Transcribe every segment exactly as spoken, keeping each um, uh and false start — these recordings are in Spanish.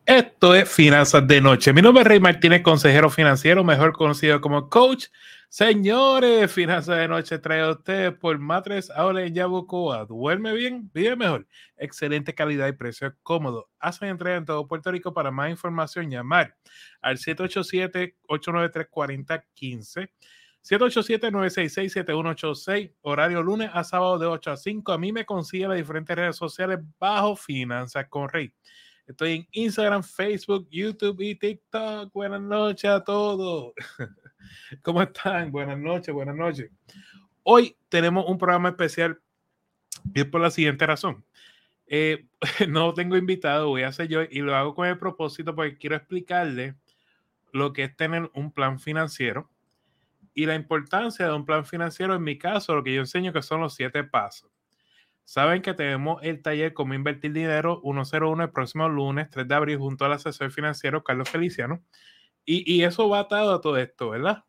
Esto es Finanzas de Noche. Mi nombre es Rey Martínez, consejero financiero, mejor conocido como coach. Señores, Finanzas de Noche trae a ustedes por Matres ahora en Yabucoa. ¿Duerme bien? ¿Vive mejor? Excelente calidad y precio cómodo. Hacen entrega en todo Puerto Rico. Para más información, llamar al siete ocho siete, ocho nueve tres, cuatro cero uno cinco. siete ocho siete, nueve seis seis, siete uno ocho seis. Horario lunes a sábado de ocho a cinco. A mí me consigue las diferentes redes sociales bajo Finanzas con Rey. Estoy en Instagram, Facebook, YouTube y TikTok. Buenas noches a todos. ¿Cómo están? Buenas noches, buenas noches. Hoy tenemos un programa especial y es por la siguiente razón. Eh, no tengo invitado, voy a hacer yo y lo hago con el propósito porque quiero explicarle lo que es tener un plan financiero y la importancia de un plan financiero. En mi caso, lo que yo enseño que son los siete pasos. Saben que tenemos el taller Cómo Invertir Dinero ciento uno el próximo lunes, tres de abril, junto al asesor financiero Carlos Feliciano. Y, y eso va atado a todo esto, ¿verdad?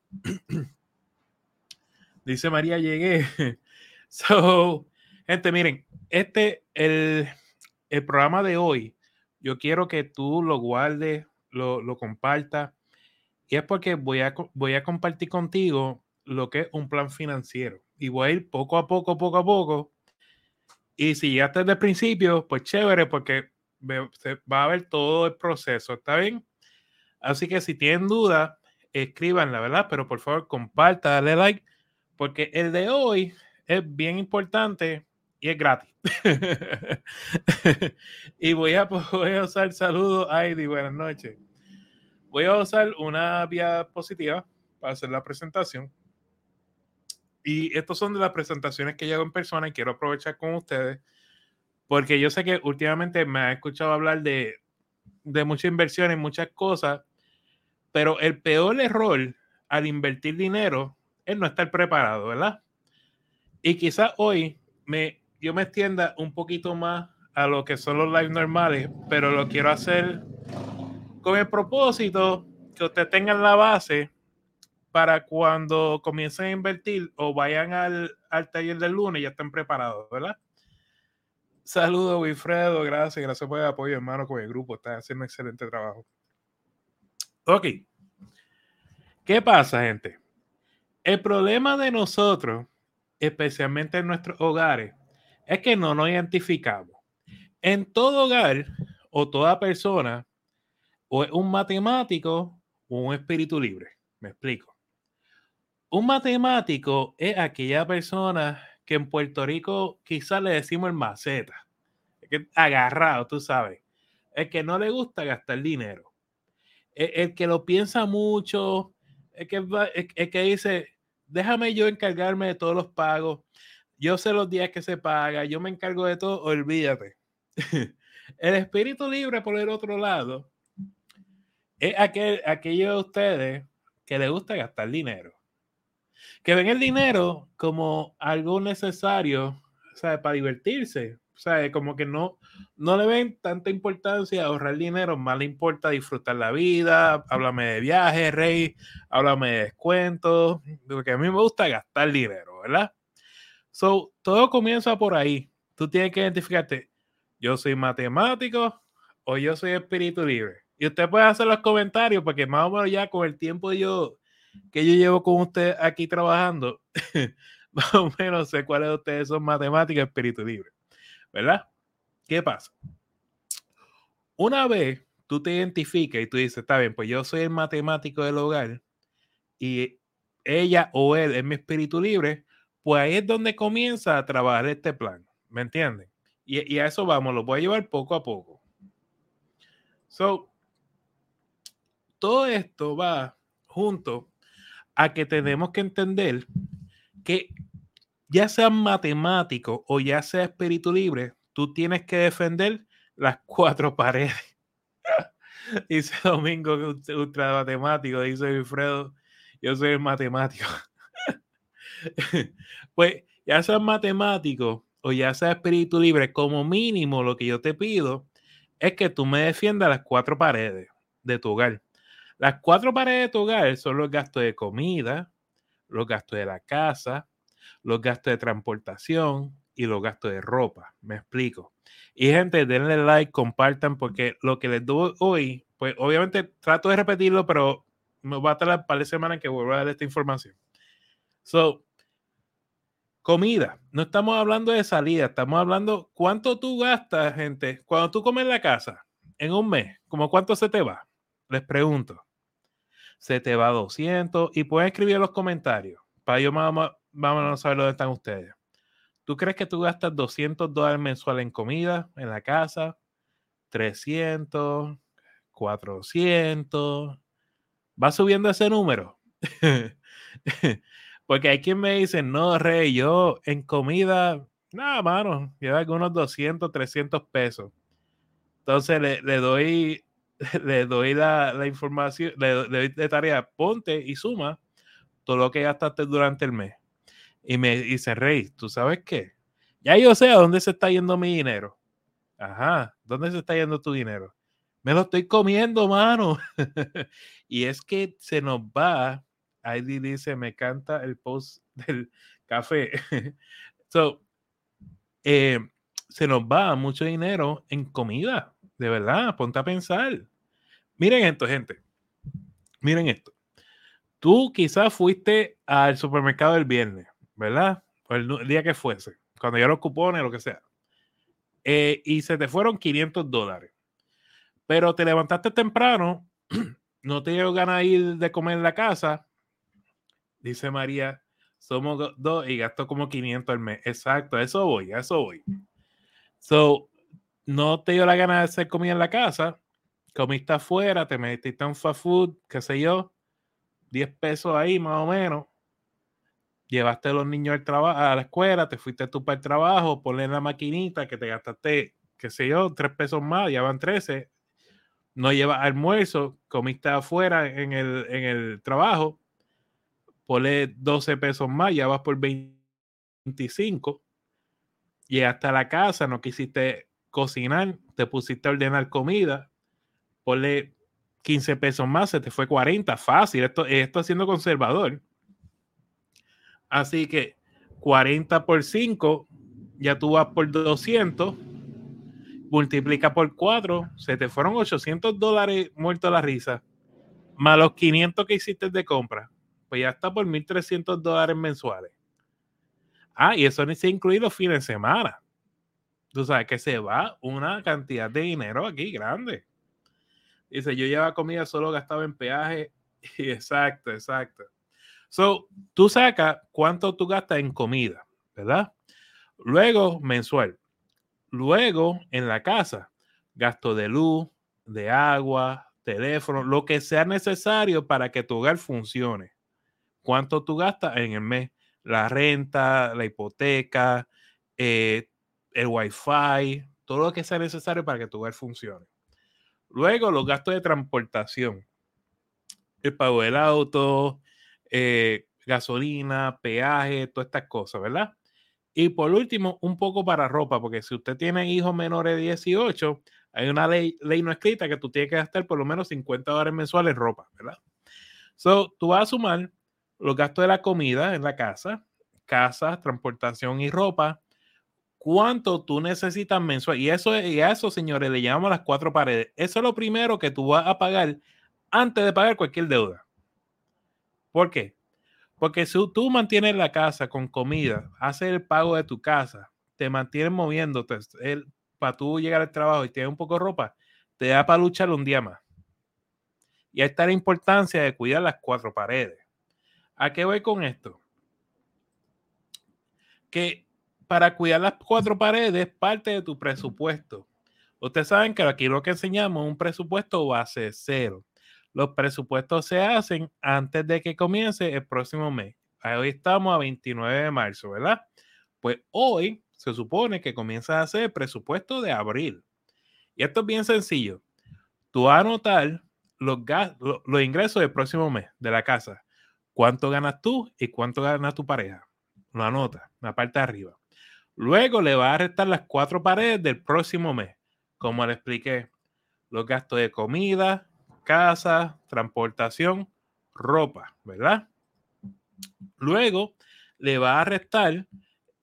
Dice María, llegué. So, gente, miren, este, el, el programa de hoy, yo quiero que tú lo guardes, lo, lo compartas. Y es porque voy a, voy a compartir contigo lo que es un plan financiero. Y voy a ir poco a poco, poco a poco. Y si llegaste desde el principio, pues chévere, porque se va a ver todo el proceso, ¿está bien? Así que si tienen dudas, escríbanla, ¿verdad? Pero por favor, comparta, dale like, porque el de hoy es bien importante y es gratis. Y voy a, voy a usar saludos, Heidi, buenas noches. Voy a usar una diapositiva para hacer la presentación. Y estos son de las presentaciones que yo hago en persona y quiero aprovechar con ustedes. Porque yo sé que últimamente me ha escuchado hablar de, de muchas inversiones, muchas cosas, pero el peor error al invertir dinero es no estar preparado, ¿verdad? Y quizás hoy me, yo me extienda un poquito más a lo que son los lives normales, pero lo quiero hacer con el propósito que ustedes tengan la base para cuando comiencen a invertir o vayan al, al taller del lunes ya estén preparados, ¿verdad? Saludos, Wilfredo. Gracias, gracias por el apoyo, hermano, con el grupo. Está haciendo un excelente trabajo. Ok. ¿Qué pasa, gente? El problema de nosotros, especialmente en nuestros hogares, es que no nos identificamos. En todo hogar o toda persona, o es un matemático o un espíritu libre. Me explico. Un matemático es aquella persona que en Puerto Rico quizás le decimos el maceta. Es que agarrado, tú sabes. El que no le gusta gastar dinero. El, el que lo piensa mucho. El que, el, el que dice, déjame yo encargarme de todos los pagos. Yo sé los días que se paga. Yo me encargo de todo. Olvídate. El espíritu libre, por el otro lado, es aquel, aquellos de ustedes que les gusta gastar dinero. Que ven el dinero como algo necesario, ¿sabes? Para divertirse. ¿Sabes? Como que no, no le ven tanta importancia a ahorrar dinero, más le importa disfrutar la vida. Háblame de viajes, Rey, háblame de descuentos, porque a mí me gusta gastar dinero, ¿verdad? So, todo comienza por ahí. Tú tienes que identificarte, yo soy matemático o yo soy espíritu libre. Y usted puede hacer los comentarios, porque más o menos ya con el tiempo yo, que yo llevo con usted aquí trabajando, más o menos sé cuáles de ustedes son matemáticos y espíritu libre, ¿verdad? ¿Qué pasa? Una vez tú te identificas y tú dices, está bien, pues yo soy el matemático del hogar y ella o él es mi espíritu libre, pues ahí es donde comienza a trabajar este plan, ¿me entienden? Y, y a eso vamos, lo voy a llevar poco a poco. So, todo esto va junto a que tenemos que entender que ya sea matemático o ya sea espíritu libre, tú tienes que defender las cuatro paredes. Dice Domingo, ultra matemático, dice Wilfredo, yo soy el matemático. Pues ya sea matemático o ya sea espíritu libre, como mínimo lo que yo te pido es que tú me defiendas las cuatro paredes de tu hogar. Las cuatro paredes de tu hogar son los gastos de comida, los gastos de la casa, los gastos de transportación, y los gastos de ropa. Me explico. Y gente, denle like, compartan, porque lo que les doy hoy, pues obviamente trato de repetirlo, pero me va a tardar un par de semanas que vuelva a dar esta información. So, comida. No estamos hablando de salida, estamos hablando cuánto tú gastas, gente, cuando tú comes en la casa en un mes. ¿Cómo cuánto se te va? Les pregunto. Se te va doscientos y pueden escribir en los comentarios para yo vamos, vamos a saber dónde están ustedes. ¿Tú crees que tú gastas doscientos dólares mensuales en comida en la casa? trescientos, cuatrocientos. ¿Va subiendo ese número? Porque hay quien me dice, no, Rey, yo en comida, nada, mano, llevo algunos doscientos, trescientos pesos. Entonces le, le doy, le doy la, la información, le, le doy de tarea, ponte y suma todo lo que gastaste durante el mes. Y me dice, Rey, ¿tú sabes qué? Ya yo sé a dónde se está yendo mi dinero. Ajá, ¿dónde se está yendo tu dinero? Me lo estoy comiendo, mano. Y es que se nos va. Heidi dice, me encanta el post del café. So, eh, se nos va mucho dinero en comida. De verdad, ponte a pensar. Miren esto, gente. Miren esto. Tú quizás fuiste al supermercado el viernes, ¿verdad? O el, el día que fuese, cuando ya los cupones, lo que sea. Eh, y se te fueron quinientos dólares. Pero te levantaste temprano, no te dio ganas de ir de comer en la casa. Dice María, somos dos y gasto como quinientos al mes. Exacto, a eso voy, a eso voy. So, no te dio la gana de hacer comida en la casa, comiste afuera, te metiste en fast food, qué sé yo, diez pesos ahí más o menos. Llevaste a los niños al trabajo, a la escuela, te fuiste tú para el trabajo, ponle en la maquinita que te gastaste, qué sé yo, tres pesos más, ya van trece. No llevas almuerzo, comiste afuera en el, en el trabajo, ponle doce pesos más, ya vas por veinticinco. Llegaste a la casa, no quisiste cocinar, te pusiste a ordenar comida, ponle quince pesos más, se te fue cuarenta, fácil, esto, esto siendo conservador. Así que cuarenta por cinco, ya tú vas por doscientos, multiplica por cuatro, se te fueron ochocientos dólares muerto a la risa, más los quinientos que hiciste de compra, pues ya está por mil trescientos dólares mensuales. Ah, y eso ni se incluye los fines de semana. Tú sabes que se va una cantidad de dinero aquí grande. Dice, yo llevaba comida, solo gastaba en peaje. Exacto, exacto. So, tú sacas cuánto tú gastas en comida, ¿verdad? Luego, mensual. Luego, en la casa, gasto de luz, de agua, teléfono, lo que sea necesario para que tu hogar funcione. ¿Cuánto tú gastas en el mes? La renta, la hipoteca, eh, el wifi, todo lo que sea necesario para que tu hogar funcione. Luego, los gastos de transportación. El pago del auto, eh, gasolina, peaje, todas estas cosas, ¿verdad? Y por último, un poco para ropa, porque si usted tiene hijos menores de dieciocho, hay una ley, ley no escrita que tú tienes que gastar por lo menos cincuenta dólares mensuales en ropa, ¿verdad? So, tú vas a sumar los gastos de la comida en la casa, casa, transportación y ropa, cuánto tú necesitas mensual. Y eso, y a eso, señores, le llamamos las cuatro paredes. Eso es lo primero que tú vas a pagar antes de pagar cualquier deuda. ¿Por qué? Porque si tú mantienes la casa con comida, haces el pago de tu casa, te mantienes moviéndote para tú llegar al trabajo y tienes un poco de ropa, te da para luchar un día más. Y ahí está la importancia de cuidar las cuatro paredes. ¿A qué voy con esto? Que para cuidar las cuatro paredes es parte de tu presupuesto. Ustedes saben que aquí lo que enseñamos es un presupuesto base cero. Los presupuestos se hacen antes de que comience el próximo mes. Hoy estamos a veintinueve de marzo, ¿verdad? Pues hoy se supone que comienza a hacer el presupuesto de abril. Y esto es bien sencillo. Tú vas a anotar los, gas, los, los ingresos del próximo mes de la casa. ¿Cuánto ganas tú y cuánto gana tu pareja? Lo anotas en la parte de arriba. Luego le vas a restar las cuatro paredes del próximo mes. Como le expliqué, los gastos de comida, casa, transportación, ropa, ¿verdad? Luego le va a restar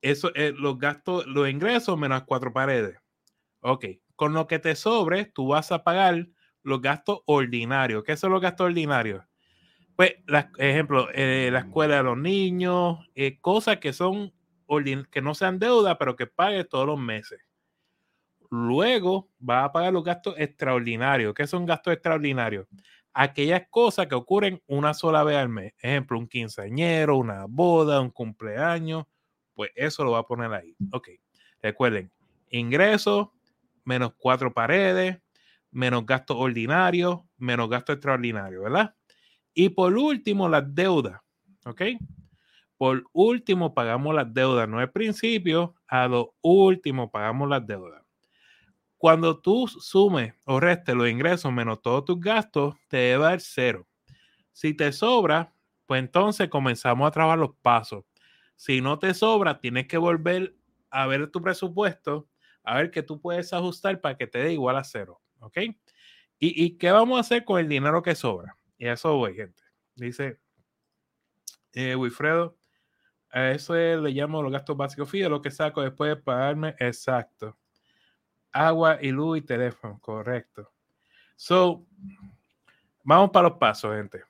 eso es los gastos, los ingresos menos cuatro paredes. Ok, con lo que te sobre, tú vas a pagar los gastos ordinarios. ¿Qué son los gastos ordinarios? Pues, la, ejemplo, eh, la escuela de los niños, eh, cosas que son que no sean deuda, pero que pagues todos los meses. Luego vas a pagar los gastos extraordinarios. ¿Qué son gastos extraordinarios? Aquellas cosas que ocurren una sola vez al mes. Ejemplo, un quinceañero, una boda, un cumpleaños. Pues eso lo va a poner ahí. Ok. Recuerden, ingresos menos cuatro paredes, menos gastos ordinarios, menos gastos extraordinarios, ¿verdad? Y por último, las deudas. ¿Ok? Por último, pagamos las deudas. No al principio, a lo último pagamos las deudas. Cuando tú sumes o restes los ingresos menos todos tus gastos, te debe dar cero. Si te sobra, pues entonces comenzamos a trabajar los pasos. Si no te sobra, tienes que volver a ver tu presupuesto, a ver qué tú puedes ajustar para que te dé igual a cero. ¿Ok? ¿Y, y qué vamos a hacer con el dinero que sobra? Y a eso voy, gente. Dice eh, Wilfredo, a eso le llamo los gastos básicos fijos, lo que saco después de pagarme. Exacto. Agua y luz y teléfono, correcto. So, vamos para los pasos, gente.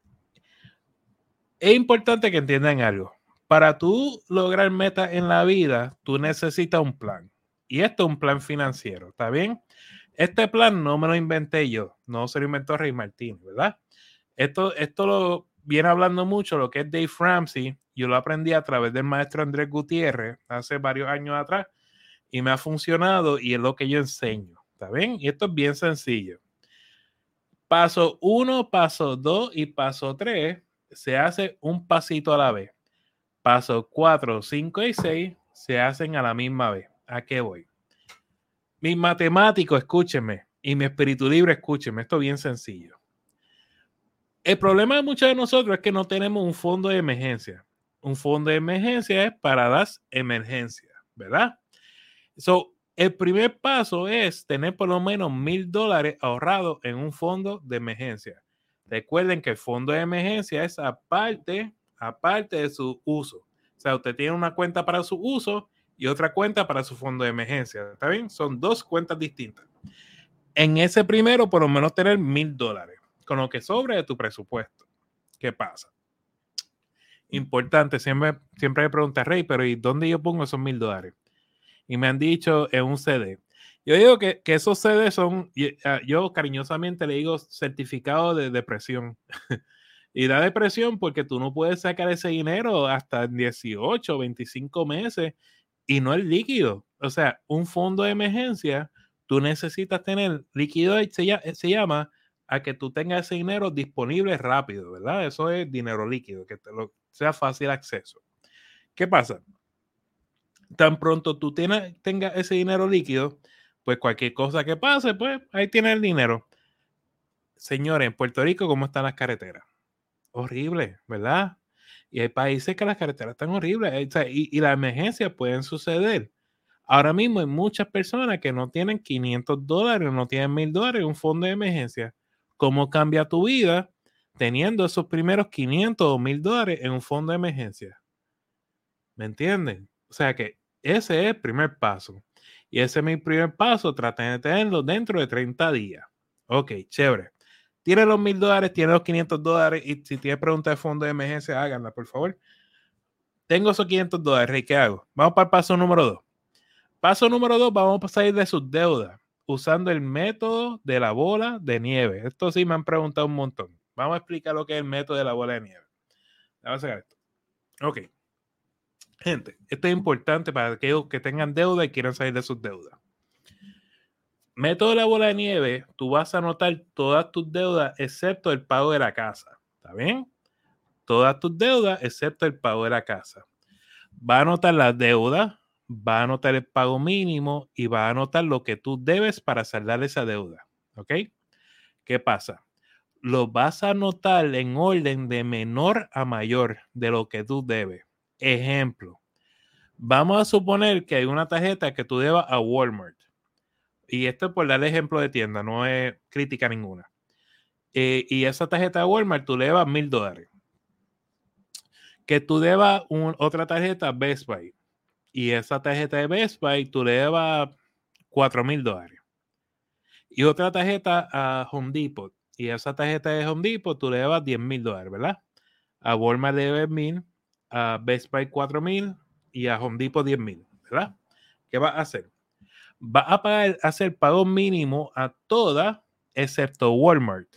Es importante que entiendan algo. Para tú lograr metas en la vida, tú necesitas un plan. Y esto es un plan financiero, ¿está bien? Este plan no me lo inventé yo, no se lo inventó Rey Martín, ¿verdad? Esto, esto lo viene hablando mucho lo que es Dave Ramsey. Yo lo aprendí a través del maestro Andrés Gutiérrez hace varios años atrás y me ha funcionado y es lo que yo enseño, ¿está bien? Y esto es bien sencillo. Paso uno, paso dos y paso tres se hace un pasito a la vez. Paso cuatro, cinco y seis se hacen a la misma vez. ¿A qué voy? Mis matemáticos, escúchenme, y mi espíritu libre, escúchenme. Esto es bien sencillo. El problema de muchos de nosotros es que no tenemos un fondo de emergencia. Un fondo de emergencia es para las emergencias, ¿verdad? So, el primer paso es tener por lo menos mil dólares ahorrados en un fondo de emergencia. Recuerden que el fondo de emergencia es aparte, aparte de su uso. O sea, usted tiene una cuenta para su uso y otra cuenta para su fondo de emergencia. ¿Está bien? Son dos cuentas distintas. En ese primero, por lo menos tener mil dólares, con lo que sobre de tu presupuesto. ¿Qué pasa? Importante, siempre, siempre me pregunta, Rey, pero ¿y dónde yo pongo esos mil dólares? Y me han dicho en un C D. Yo digo que, que esos C D son, yo cariñosamente le digo certificado de depresión. Y da depresión porque tú no puedes sacar ese dinero hasta dieciocho, veinticinco meses y no es líquido. O sea, un fondo de emergencia, tú necesitas tener líquido, se, se llama a que tú tengas ese dinero disponible rápido, ¿verdad? Eso es dinero líquido, que te lo, sea fácil acceso. ¿Qué pasa? Tan pronto tú tienes, tengas ese dinero líquido, pues cualquier cosa que pase, pues ahí tienes el dinero. Señores, en Puerto Rico, ¿cómo están las carreteras? Horrible, ¿verdad? Y hay países que las carreteras están horribles, o sea, y, y las emergencias pueden suceder. Ahora mismo hay muchas personas que no tienen quinientos dólares, no tienen mil dólares en un fondo de emergencia. ¿Cómo cambia tu vida teniendo esos primeros quinientos o mil dólares en un fondo de emergencia? ¿Me entienden? O sea que ese es el primer paso. Y ese es mi primer paso, traten de tenerlo dentro de treinta días. Ok, chévere. Tiene los mil dólares, tiene los quinientos dólares y si tiene preguntas de fondo de emergencia, háganla, por favor. Tengo esos quinientos dólares, ¿y qué hago? Vamos para el paso número dos. Paso número dos, vamos a salir de sus deudas usando el método de la bola de nieve. Esto sí me han preguntado un montón. Vamos a explicar lo que es el método de la bola de nieve. Vamos a sacar esto. Ok. Gente, esto es importante para aquellos que tengan deuda y quieran salir de sus deudas. Método de la bola de nieve, tú vas a anotar todas tus deudas excepto el pago de la casa. ¿Está bien? Todas tus deudas excepto el pago de la casa. Va a anotar la deuda, va a anotar el pago mínimo y va a anotar lo que tú debes para saldar esa deuda. ¿Ok? ¿Qué pasa? Lo vas a anotar en orden de menor a mayor de lo que tú debes. Ejemplo. Vamos a suponer que hay una tarjeta que tú debas a Walmart. Y esto es por dar ejemplo de tienda, no es crítica ninguna. Eh, y esa tarjeta de Walmart tú le debas mil dólares. Que tú debas un, otra tarjeta Best Buy. y esa tarjeta de Best Buy tú le llevas cuatro mil dólares. Y otra tarjeta a Home Depot, y esa tarjeta de Home Depot tú le llevas diez mil dólares, ¿verdad? A Walmart le debes mil, a Best Buy cuatro mil y a Home Depot diez mil, ¿verdad? ¿Qué vas a hacer? Vas a pagar, hacer pago mínimo a todas excepto Walmart.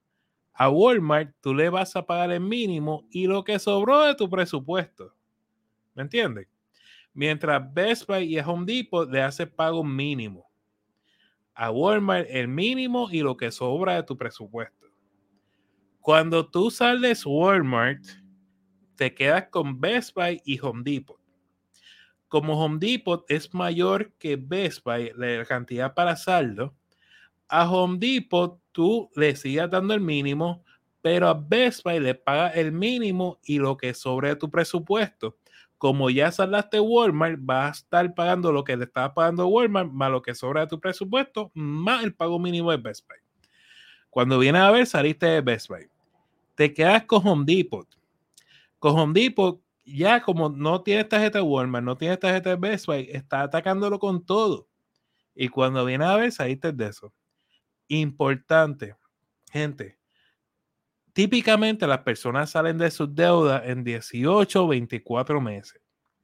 A Walmart tú le vas a pagar el mínimo y lo que sobró de tu presupuesto. ¿Me entiendes? Mientras Best Buy y a Home Depot le hace pago mínimo. A Walmart el mínimo y lo que sobra de tu presupuesto. Cuando tú sales Walmart, te quedas con Best Buy y Home Depot. Como Home Depot es mayor que Best Buy, la cantidad para saldo, a Home Depot tú le sigas dando el mínimo, pero a Best Buy le pagas el mínimo y lo que sobre de tu presupuesto. Como ya saldaste Walmart, vas a estar pagando lo que le estabas pagando Walmart, más lo que sobra de tu presupuesto, más el pago mínimo de Best Buy. Cuando vienes a ver, saliste de Best Buy. Te quedas con Home Depot. Con Home Depot, ya como no tienes tarjeta de Walmart, no tienes tarjeta de Best Buy, está atacándolo con todo. Y cuando vienes a ver, saliste de eso. Importante, gente. Típicamente las personas salen de sus deudas en dieciocho o veinticuatro meses.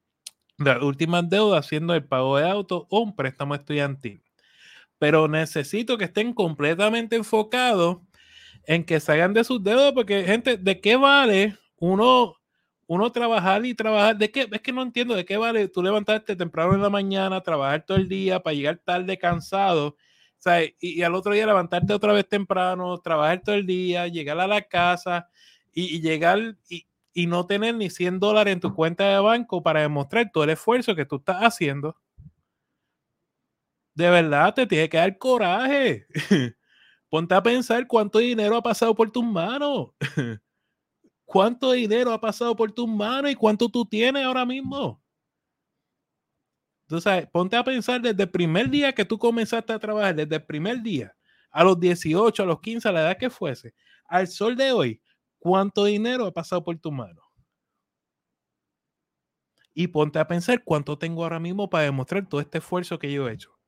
Las últimas deudas siendo el pago de auto o un préstamo estudiantil. Pero necesito que estén completamente enfocados en que salgan de sus deudas, porque, gente, ¿de qué vale uno, uno trabajar y trabajar? ¿De qué? Es que no entiendo de qué vale tú levantarte temprano en la mañana, trabajar todo el día para llegar tarde cansado, ¿sabes? Y, y al otro día levantarte otra vez temprano, trabajar todo el día, llegar a la casa y, y llegar y, y no tener ni cien dólares en tu cuenta de banco para demostrar todo el esfuerzo que tú estás haciendo. De verdad, te tiene que dar coraje. Ponte a pensar cuánto dinero ha pasado por tus manos. ¿Cuánto dinero ha pasado por tus manos y cuánto tú tienes ahora mismo? Entonces, ponte a pensar desde el primer día que tú comenzaste a trabajar, desde el primer día, a los dieciocho, a los quince, a la edad que fuese, al sol de hoy, ¿cuánto dinero ha pasado por tus manos? Y ponte a pensar cuánto tengo ahora mismo para demostrar todo este esfuerzo que yo he hecho.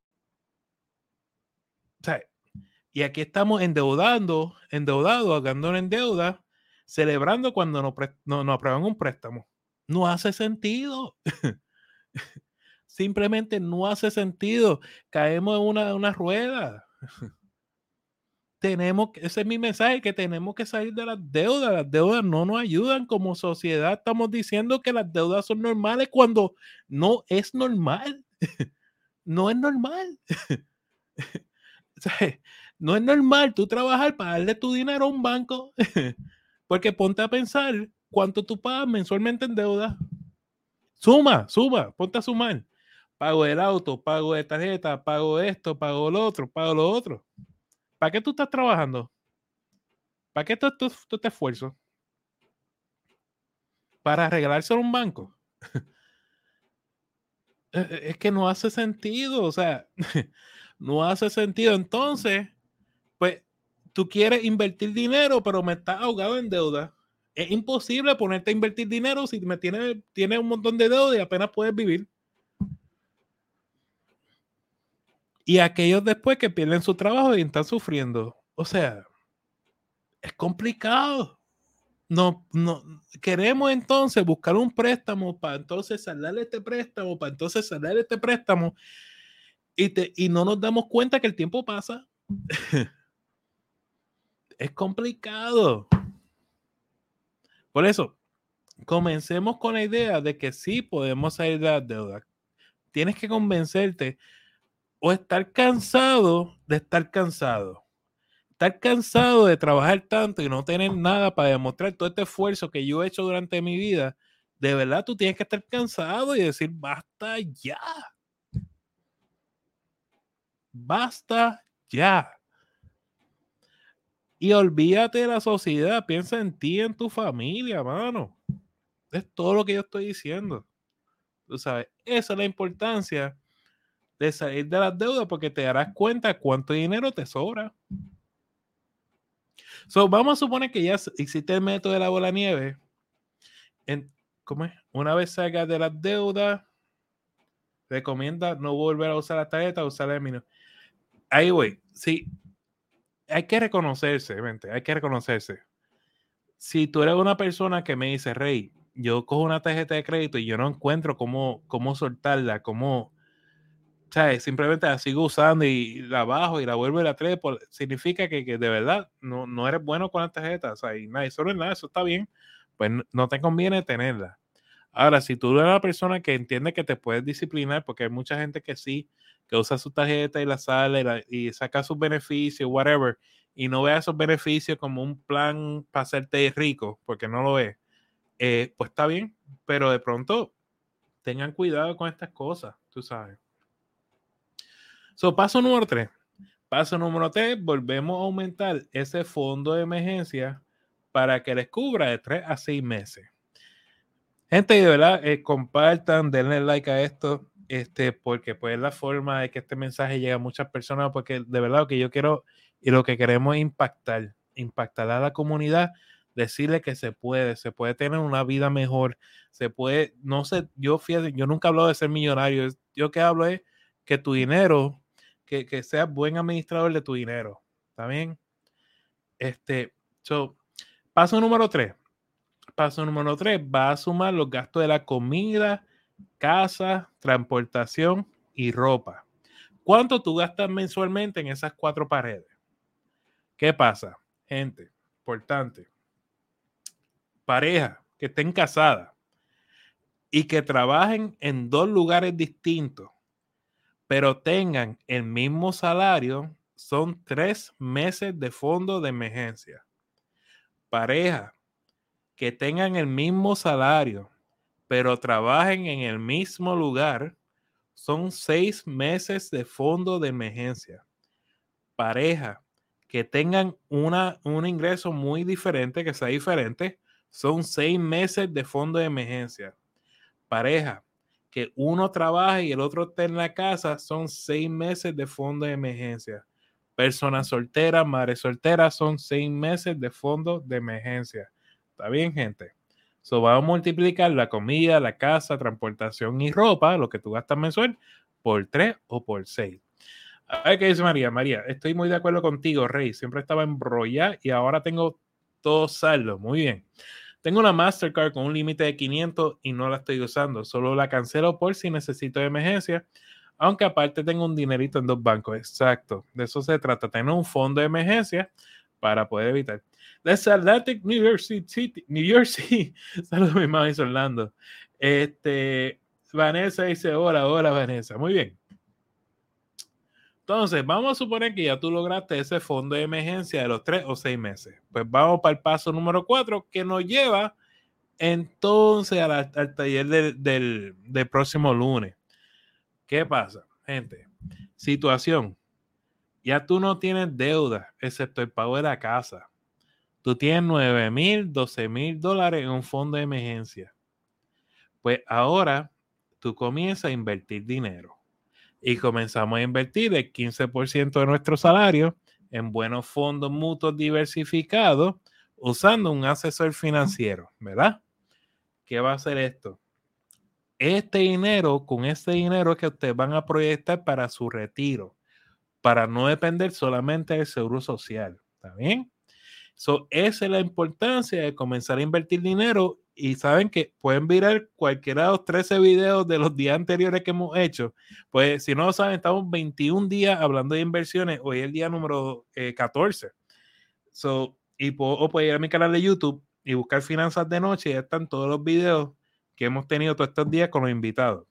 O sea, y aquí estamos endeudando, endeudados, hablando en deuda, celebrando cuando nos, no, nos aprueban un préstamo. No hace sentido. Simplemente no hace sentido. Caemos en una, una rueda. Tenemos, ese es mi mensaje, que tenemos que salir de las deudas. Las deudas no nos ayudan. Como sociedad estamos diciendo que las deudas son normales cuando no es normal. No es normal. No es normal tú trabajar para darle tu dinero a un banco. Porque ponte a pensar cuánto tú pagas mensualmente en deuda. Suma, suma, ponte a sumar. Pago el auto, pago de tarjeta, pago esto, pago lo otro, pago lo otro. ¿Para qué tú estás trabajando? ¿Para qué todo este esfuerzo? ¿Para regalárselo a un banco? Es que no hace sentido, o sea, no hace sentido. Entonces, pues, tú quieres invertir dinero, pero me estás ahogado en deuda. Es imposible ponerte a invertir dinero si me tienes, tienes un montón de deuda y apenas puedes vivir. Y aquellos después que pierden su trabajo y están sufriendo. O sea, es complicado. No, no, queremos entonces buscar un préstamo para entonces saldarle este préstamo, para entonces saldarle este préstamo y, te, y no nos damos cuenta que el tiempo pasa. Es complicado. Por eso, comencemos con la idea de que sí podemos salir de las deudas. Tienes que convencerte o estar cansado de estar cansado. Estar cansado de trabajar tanto y no tener nada para demostrar todo este esfuerzo que yo he hecho durante mi vida. De verdad, tú tienes que estar cansado y decir, basta ya. Basta ya. Y olvídate de la sociedad. Piensa en ti, en tu familia, mano. Es todo lo que yo estoy diciendo. Tú sabes, esa es la importancia de salir de las deudas, porque te darás cuenta cuánto dinero te sobra. So, vamos a suponer que ya existe el método de la bola de nieve. En, ¿cómo es? Una vez salgas de las deudas, recomienda no volver a usar la tarjeta, usar el menú. Ahí, güey, sí, hay que reconocerse, mente, hay que reconocerse. Si tú eres una persona que me dice, Rey, yo cojo una tarjeta de crédito y yo no encuentro cómo, cómo soltarla, cómo, ¿sabes? Simplemente la sigo usando y la bajo y la vuelvo y la trepo, significa que, que de verdad no, no eres bueno con la tarjeta, o sea, y nada, eso no es nada, eso está bien, pues no te conviene tenerla. Ahora, si tú eres una persona que entiende que te puedes disciplinar, porque hay mucha gente que sí, que usa su tarjeta y la sale y, la, y saca sus beneficios, whatever, y no ve esos beneficios como un plan para hacerte rico, porque no lo es, eh, pues está bien, pero de pronto tengan cuidado con estas cosas, tú sabes. So, paso número tres. Paso número tres, volvemos a aumentar ese fondo de emergencia para que les cubra de tres a seis meses. Gente, de verdad, eh, compartan, denle like a esto, este, porque pues es la forma de que este mensaje llegue a muchas personas, porque de verdad lo que yo quiero y lo que queremos es impactar, impactar a la comunidad, decirle que se puede, se puede tener una vida mejor, se puede, no sé, yo fíjate, yo nunca hablo de ser millonario, yo que hablo es que tu dinero, que, que seas buen administrador de tu dinero, ¿está bien? Este, so, paso número tres. Paso número tres, va a sumar los gastos de la comida, casa, transportación y ropa. ¿Cuánto tú gastas mensualmente en esas cuatro paredes? ¿Qué pasa? Gente, importante. Pareja que estén casadas y que trabajen en dos lugares distintos, pero tengan el mismo salario, son tres meses de fondo de emergencia. Pareja que tengan el mismo salario, pero trabajen en el mismo lugar, son seis meses de fondo de emergencia. Pareja que tengan una, un ingreso muy diferente, que sea diferente, son seis meses de fondo de emergencia. Pareja que uno trabaje y el otro esté en la casa, son seis meses de fondo de emergencia. Personas solteras, madres solteras, son seis meses de fondo de emergencia. ¿Está bien, gente? So, vamos a multiplicar la comida, la casa, transportación y ropa, lo que tú gastas mensual, por tres o por seis. A ver qué dice María. María, estoy muy de acuerdo contigo, Rey. Siempre estaba embrollada y ahora tengo todo saldo. Muy bien. Tengo una Mastercard con un límite de quinientos y no la estoy usando. Solo la cancelo por si necesito de emergencia. Aunque aparte tengo un dinerito en dos bancos. Exacto. De eso se trata. Tener un fondo de emergencia para poder evitar. Desde Atlantic, New York City. New York City. Saludos, mi mamá dice Orlando. Este, Vanessa dice, hola, hola, Vanessa. Muy bien. Entonces, vamos a suponer que ya tú lograste ese fondo de emergencia de los tres o seis meses. Pues vamos para el paso número cuatro, que nos lleva entonces a la, al taller del, del, del próximo lunes. ¿Qué pasa, gente? Situación. Ya tú no tienes deuda, excepto el pago de la casa. Tú tienes nueve mil, doce mil dólares en un fondo de emergencia. Pues ahora tú comienzas a invertir dinero. Y comenzamos a invertir el quince por ciento de nuestro salario en buenos fondos mutuos diversificados usando un asesor financiero, ¿verdad? ¿Qué va a hacer esto? Este dinero, con este dinero que ustedes van a proyectar para su retiro, para no depender solamente del seguro social, ¿está bien? So, esa es la importancia de comenzar a invertir dinero y saben que pueden mirar cualquiera de los trece videos de los días anteriores que hemos hecho. Pues si no lo saben, estamos veintiún días hablando de inversiones. Hoy es el día número eh, catorce. So, y po, o pueden ir a mi canal de YouTube y buscar Finanzas de Noche y ya están todos los videos que hemos tenido todos estos días con los invitados.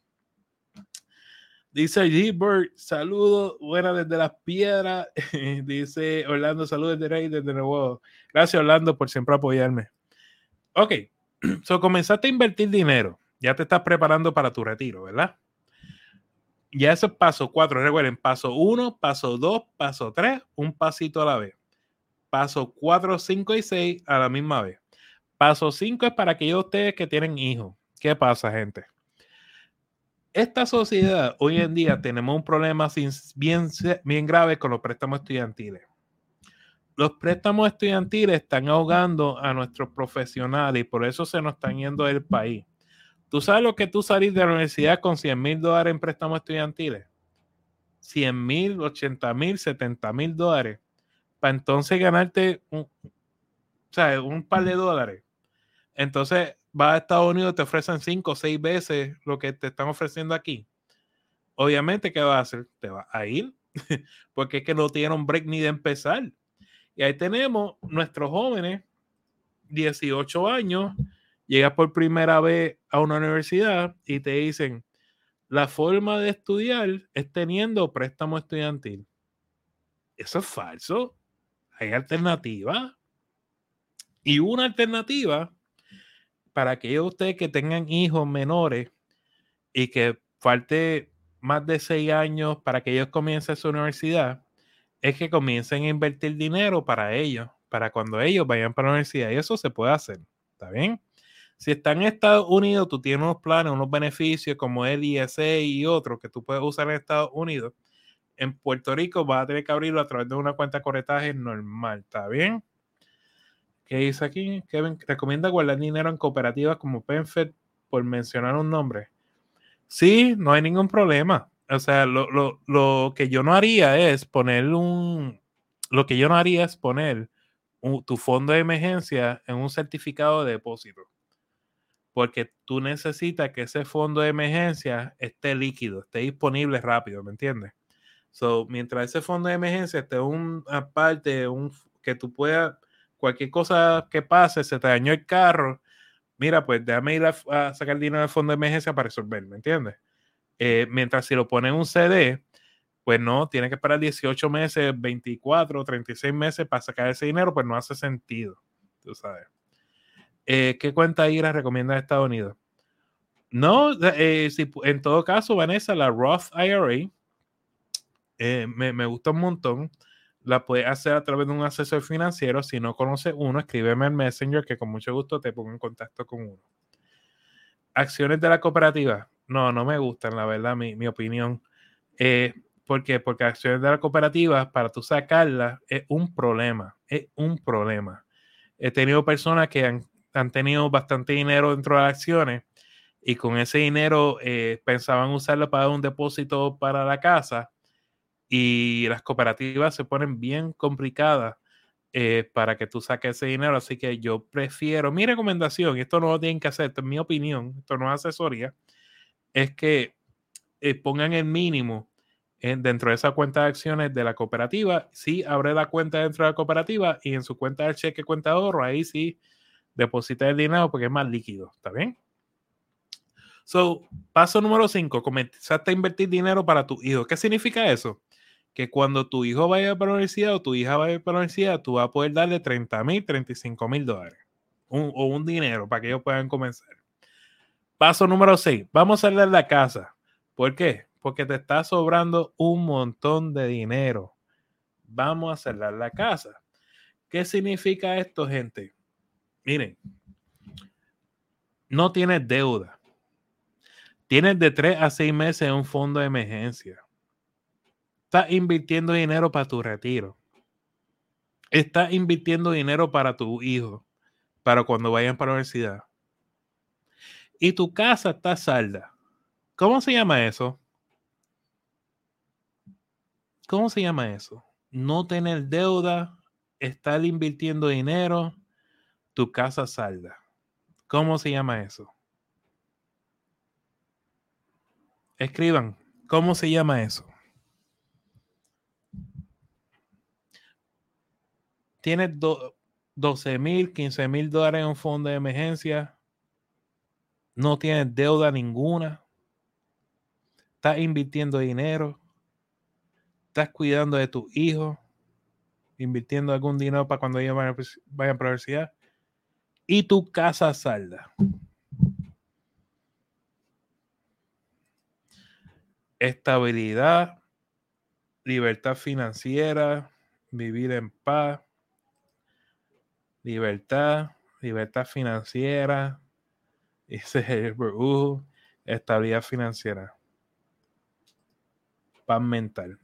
Dice G-Bird, saludos, buenas desde las piedras. Dice Orlando, saludos desde Rey, desde Nuevo. Gracias, Orlando, por siempre apoyarme. Ok, so comenzaste a invertir dinero. Ya te estás preparando para tu retiro, ¿verdad? Ya eso es paso cuatro. Recuerden, paso uno, paso dos, paso tres, un pasito a la vez. Paso cuatro, cinco y seis a la misma vez. Paso cinco es para aquellos de ustedes que tienen hijos. ¿Qué pasa, gente? Esta sociedad, hoy en día, tenemos un problema bien, bien grave con los préstamos estudiantiles. Los préstamos estudiantiles están ahogando a nuestros profesionales y por eso se nos están yendo del país. ¿Tú sabes lo que tú salís de la universidad con cien mil dólares en préstamos estudiantiles? cien mil, ochenta mil, setenta mil dólares. Para entonces ganarte un, o sea, un par de dólares. Entonces vas a Estados Unidos, te ofrecen cinco o seis veces lo que te están ofreciendo aquí. Obviamente, ¿qué vas a hacer? Te vas a ir, porque es que no tienen break ni de empezar. Y ahí tenemos nuestros jóvenes, dieciocho años, llegas por primera vez a una universidad y te dicen, la forma de estudiar es teniendo préstamo estudiantil. Eso es falso. Hay alternativas. Y una alternativa para aquellos de ustedes que tengan hijos menores y que falte más de seis años para que ellos comiencen su universidad, es que comiencen a invertir dinero para ellos, para cuando ellos vayan para la universidad. Y eso se puede hacer. ¿Está bien? Si está en Estados Unidos, tú tienes unos planes, unos beneficios como el I S A y otros que tú puedes usar en Estados Unidos. En Puerto Rico vas a tener que abrirlo a través de una cuenta de corretaje normal. ¿Está bien? ¿Qué dice aquí? Kevin recomienda guardar dinero en cooperativas como PenFed, por mencionar un nombre. Sí, no hay ningún problema. O sea, lo, lo, lo que yo no haría es poner un... Lo que yo no haría es poner un, tu fondo de emergencia en un certificado de depósito. Porque tú necesitas que ese fondo de emergencia esté líquido, esté disponible rápido, ¿me entiendes? So, mientras ese fondo de emergencia esté un, aparte, un, que tú puedas, cualquier cosa que pase, se te dañó el carro, mira, pues déjame ir a, a sacar dinero del fondo de emergencia para resolver, ¿me entiendes? Eh, mientras si lo ponen en un C D, pues no, tiene que esperar dieciocho meses, veinticuatro, treinta y seis meses para sacar ese dinero, pues no hace sentido, tú sabes. Eh, ¿Qué cuenta I R A recomienda a Estados Unidos? No, eh, si, en todo caso, Vanessa, la Roth I R A eh, me, me gusta un montón. La puedes hacer a través de un asesor financiero. Si no conoces uno, escríbeme al Messenger que con mucho gusto te pongo en contacto con uno. Acciones de la cooperativa. No, no me gustan, la verdad, mi, mi opinión. Eh, ¿Por qué? Porque acciones de la cooperativa, para tú sacarlas, es un problema. Es un problema. He tenido personas que han, han tenido bastante dinero dentro de las acciones y con ese dinero eh, pensaban usarlo para un depósito para la casa y las cooperativas se ponen bien complicadas eh, para que tú saques ese dinero. Así que yo prefiero, mi recomendación, y esto no lo tienen que hacer, esto es mi opinión, esto no es asesoría, es que eh, pongan el mínimo en, dentro de esa cuenta de acciones de la cooperativa. Sí, abre la cuenta dentro de la cooperativa y en su cuenta de cheque, cuenta de ahorro, ahí sí deposita el dinero porque es más líquido. ¿Está bien? So, paso número cinco, comenzaste a invertir dinero para tu hijo. ¿Qué significa eso? Que cuando tu hijo vaya para la universidad o tu hija vaya para la universidad, tú vas a poder darle treinta mil, treinta y cinco mil dólares un, o un dinero para que ellos puedan comenzar. Paso número seis, vamos a salir de la casa. ¿Por qué? Porque te está sobrando un montón de dinero. Vamos a cerrar la casa. ¿Qué significa esto, gente? Miren, no tienes deuda. Tienes de tres a seis meses en un fondo de emergencia. Estás invirtiendo dinero para tu retiro. Estás invirtiendo dinero para tu hijo, para cuando vayan para la universidad. Y tu casa está salda. ¿Cómo se llama eso? ¿Cómo se llama eso? No tener deuda, estar invirtiendo dinero, tu casa salda. ¿Cómo se llama eso? Escriban, ¿cómo se llama eso? Tienes doce mil, quince mil dólares en un fondo de emergencia. No tienes deuda ninguna. Estás invirtiendo dinero. Estás cuidando de tus hijos. Invirtiendo algún dinero para cuando ellos vayan, vayan para la universidad. Y tu casa salda. Estabilidad, libertad financiera, vivir en paz, libertad, libertad financiera, ese es el uh, estabilidad financiera, paz mental.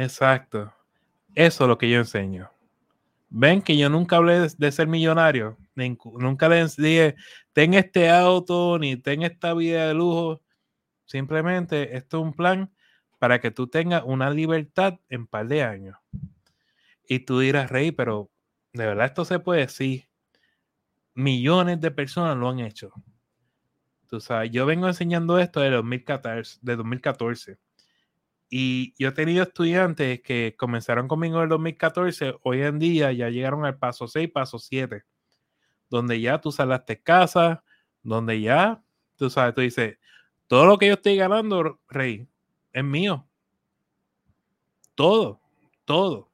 Exacto. Eso es lo que yo enseño. Ven que yo nunca hablé de, de ser millonario. Nunca les dije, ten este auto, ni ten esta vida de lujo. Simplemente esto es un plan para que tú tengas una libertad en un par de años. Y tú dirás, Rey, pero ¿de verdad esto se puede decir? Millones de personas lo han hecho. Tú sabes, yo vengo enseñando esto de dos mil catorce, de dos mil catorce. Y yo he tenido estudiantes que comenzaron conmigo en el dos mil catorce, hoy en día ya llegaron al paso seis, paso siete, donde ya tú salaste casa, donde ya, tú sabes, tú dices, todo lo que yo estoy ganando, Rey, es mío. Todo, todo.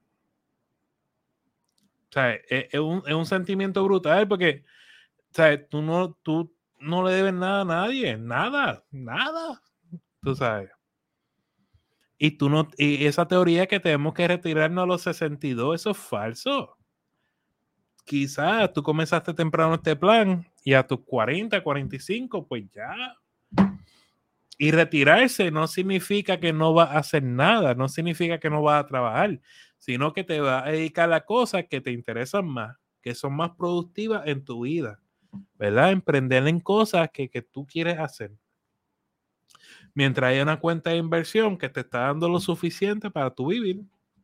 O sea, es, es, un, es un sentimiento brutal porque, o sea, tú no, tú no le debes nada a nadie, nada, nada, tú sabes. Y tú no, y esa teoría que tenemos que retirarnos a los sesenta y dos, eso es falso. Quizás tú comenzaste temprano este plan y a tus cuarenta, cuarenta y cinco, pues ya. Y retirarse no significa que no vas a hacer nada, no significa que no vas a trabajar, sino que te vas a dedicar a cosas que te interesan más, que son más productivas en tu vida, ¿verdad? Emprender en cosas que, que tú quieres hacer. Mientras haya una cuenta de inversión que te está dando lo suficiente para tu vivir.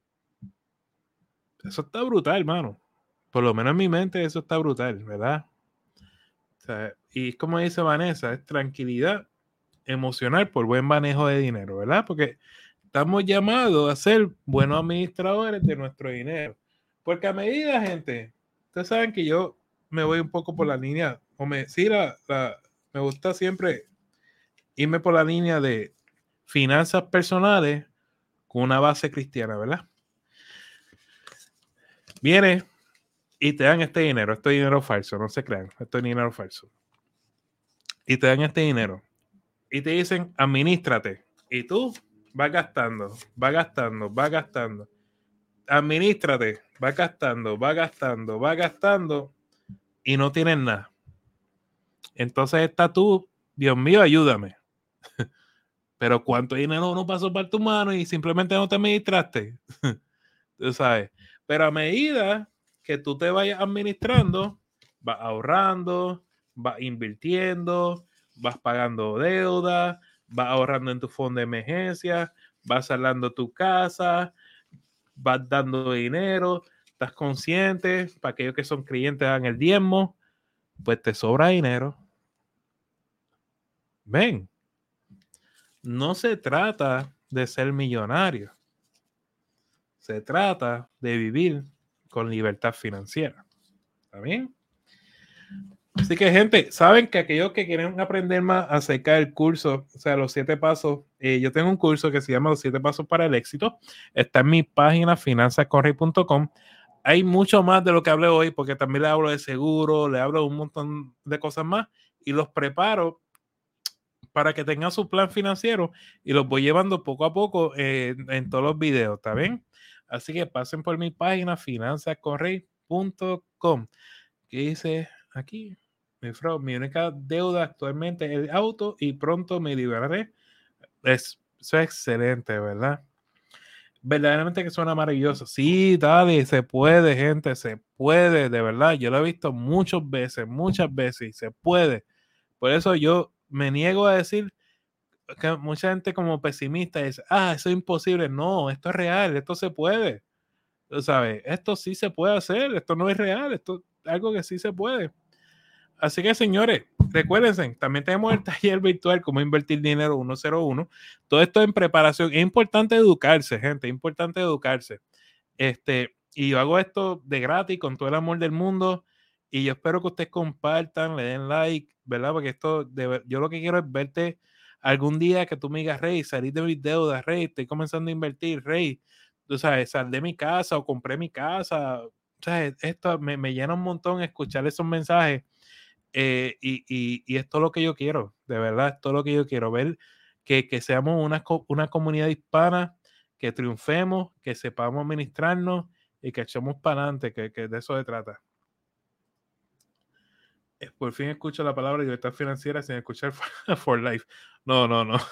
Eso está brutal, hermano. Por lo menos en mi mente eso está brutal, ¿verdad? O sea, y como dice Vanessa, es tranquilidad emocional por buen manejo de dinero, ¿verdad? Porque estamos llamados a ser buenos administradores de nuestro dinero. Porque a medida, gente, ustedes saben que yo me voy un poco por la línea, o me, sí, la, la, me gusta siempre irme por la línea de finanzas personales con una base cristiana, ¿verdad? Viene y te dan este dinero, este dinero falso, no se crean, este dinero falso. Y te dan este dinero y te dicen, administrate. Y tú vas gastando, vas gastando, vas gastando. Administrate, vas gastando, vas gastando, vas gastando y no tienes nada. Entonces está tú, Dios mío, ayúdame. Pero ¿cuánto dinero no pasó por tu mano y simplemente no te administraste? Tú sabes. Pero a medida que tú te vayas administrando, vas ahorrando, vas invirtiendo, vas pagando deuda, vas ahorrando en tu fondo de emergencia, vas saldando tu casa, vas dando dinero, estás consciente, para aquellos que son creyentes dan el diezmo, pues te sobra dinero. Ven, no se trata de ser millonario, se trata de vivir con libertad financiera. ¿Está bien? Así que, gente, saben que aquellos que quieren aprender más acerca del curso, o sea, los siete pasos, eh, yo tengo un curso que se llama Los siete pasos para el éxito. Está en mi página finanzas con rey punto com. Hay mucho más de lo que hablé hoy, porque también le hablo de seguro, le hablo de un montón de cosas más y los preparo para que tengan su plan financiero y los voy llevando poco a poco eh, en todos los videos, ¿está bien? Así que pasen por mi página finanzas con rey punto com. ¿Qué dice aquí? Mi, frau, mi única deuda actualmente es el auto y pronto me liberaré. Es, eso es excelente, ¿verdad? Verdaderamente que suena maravilloso. Sí, dale, se puede, gente, se puede, de verdad. Yo lo he visto muchas veces, muchas veces, y se puede. Por eso yo me niego a decir que mucha gente como pesimista dice, ah, eso es imposible. No, esto es real, esto se puede. Tú sabes, esto sí se puede hacer, esto no es real, esto es algo que sí se puede. Así que, señores, recuérdense, también tenemos el taller virtual Cómo Invertir Dinero ciento uno. Todo esto en preparación. Es importante educarse, gente, es importante educarse. Este, y yo hago esto de gratis, con todo el amor del mundo, y yo espero que ustedes compartan, le den like, ¿verdad? Porque esto, de, yo lo que quiero es verte algún día que tú me digas, Rey, salí de mis deudas, Rey, estoy comenzando a invertir, Rey, tú sabes, sal de mi casa o compré mi casa. O sea, esto me, me llena un montón escuchar esos mensajes. Eh, y, y, y esto es lo que yo quiero, de verdad, esto es lo que yo quiero, ver que, que seamos una, una comunidad hispana, que triunfemos, que sepamos administrarnos y que echemos para adelante, que, que de eso se trata. Por fin escucho la palabra libertad financiera sin escuchar for, for life. No, no, no.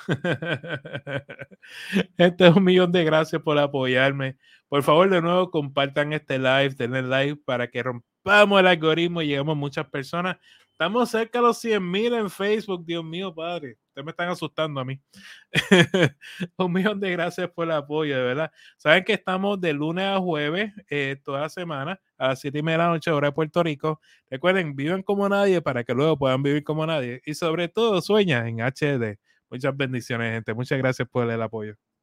Este es un millón de gracias por apoyarme. Por favor, de nuevo, compartan este live, denle like para que rompamos el algoritmo y lleguemos a muchas personas. Estamos cerca de los cien mil en Facebook, Dios mío, padre. Ustedes me están asustando a mí. Un millón de gracias por el apoyo, de verdad. Saben que estamos de lunes a jueves, eh, toda la semana, a las siete y media de la noche, hora de Puerto Rico. Recuerden, viven como nadie para que luego puedan vivir como nadie. Y sobre todo, sueñan en H D. Muchas bendiciones, gente. Muchas gracias por el apoyo.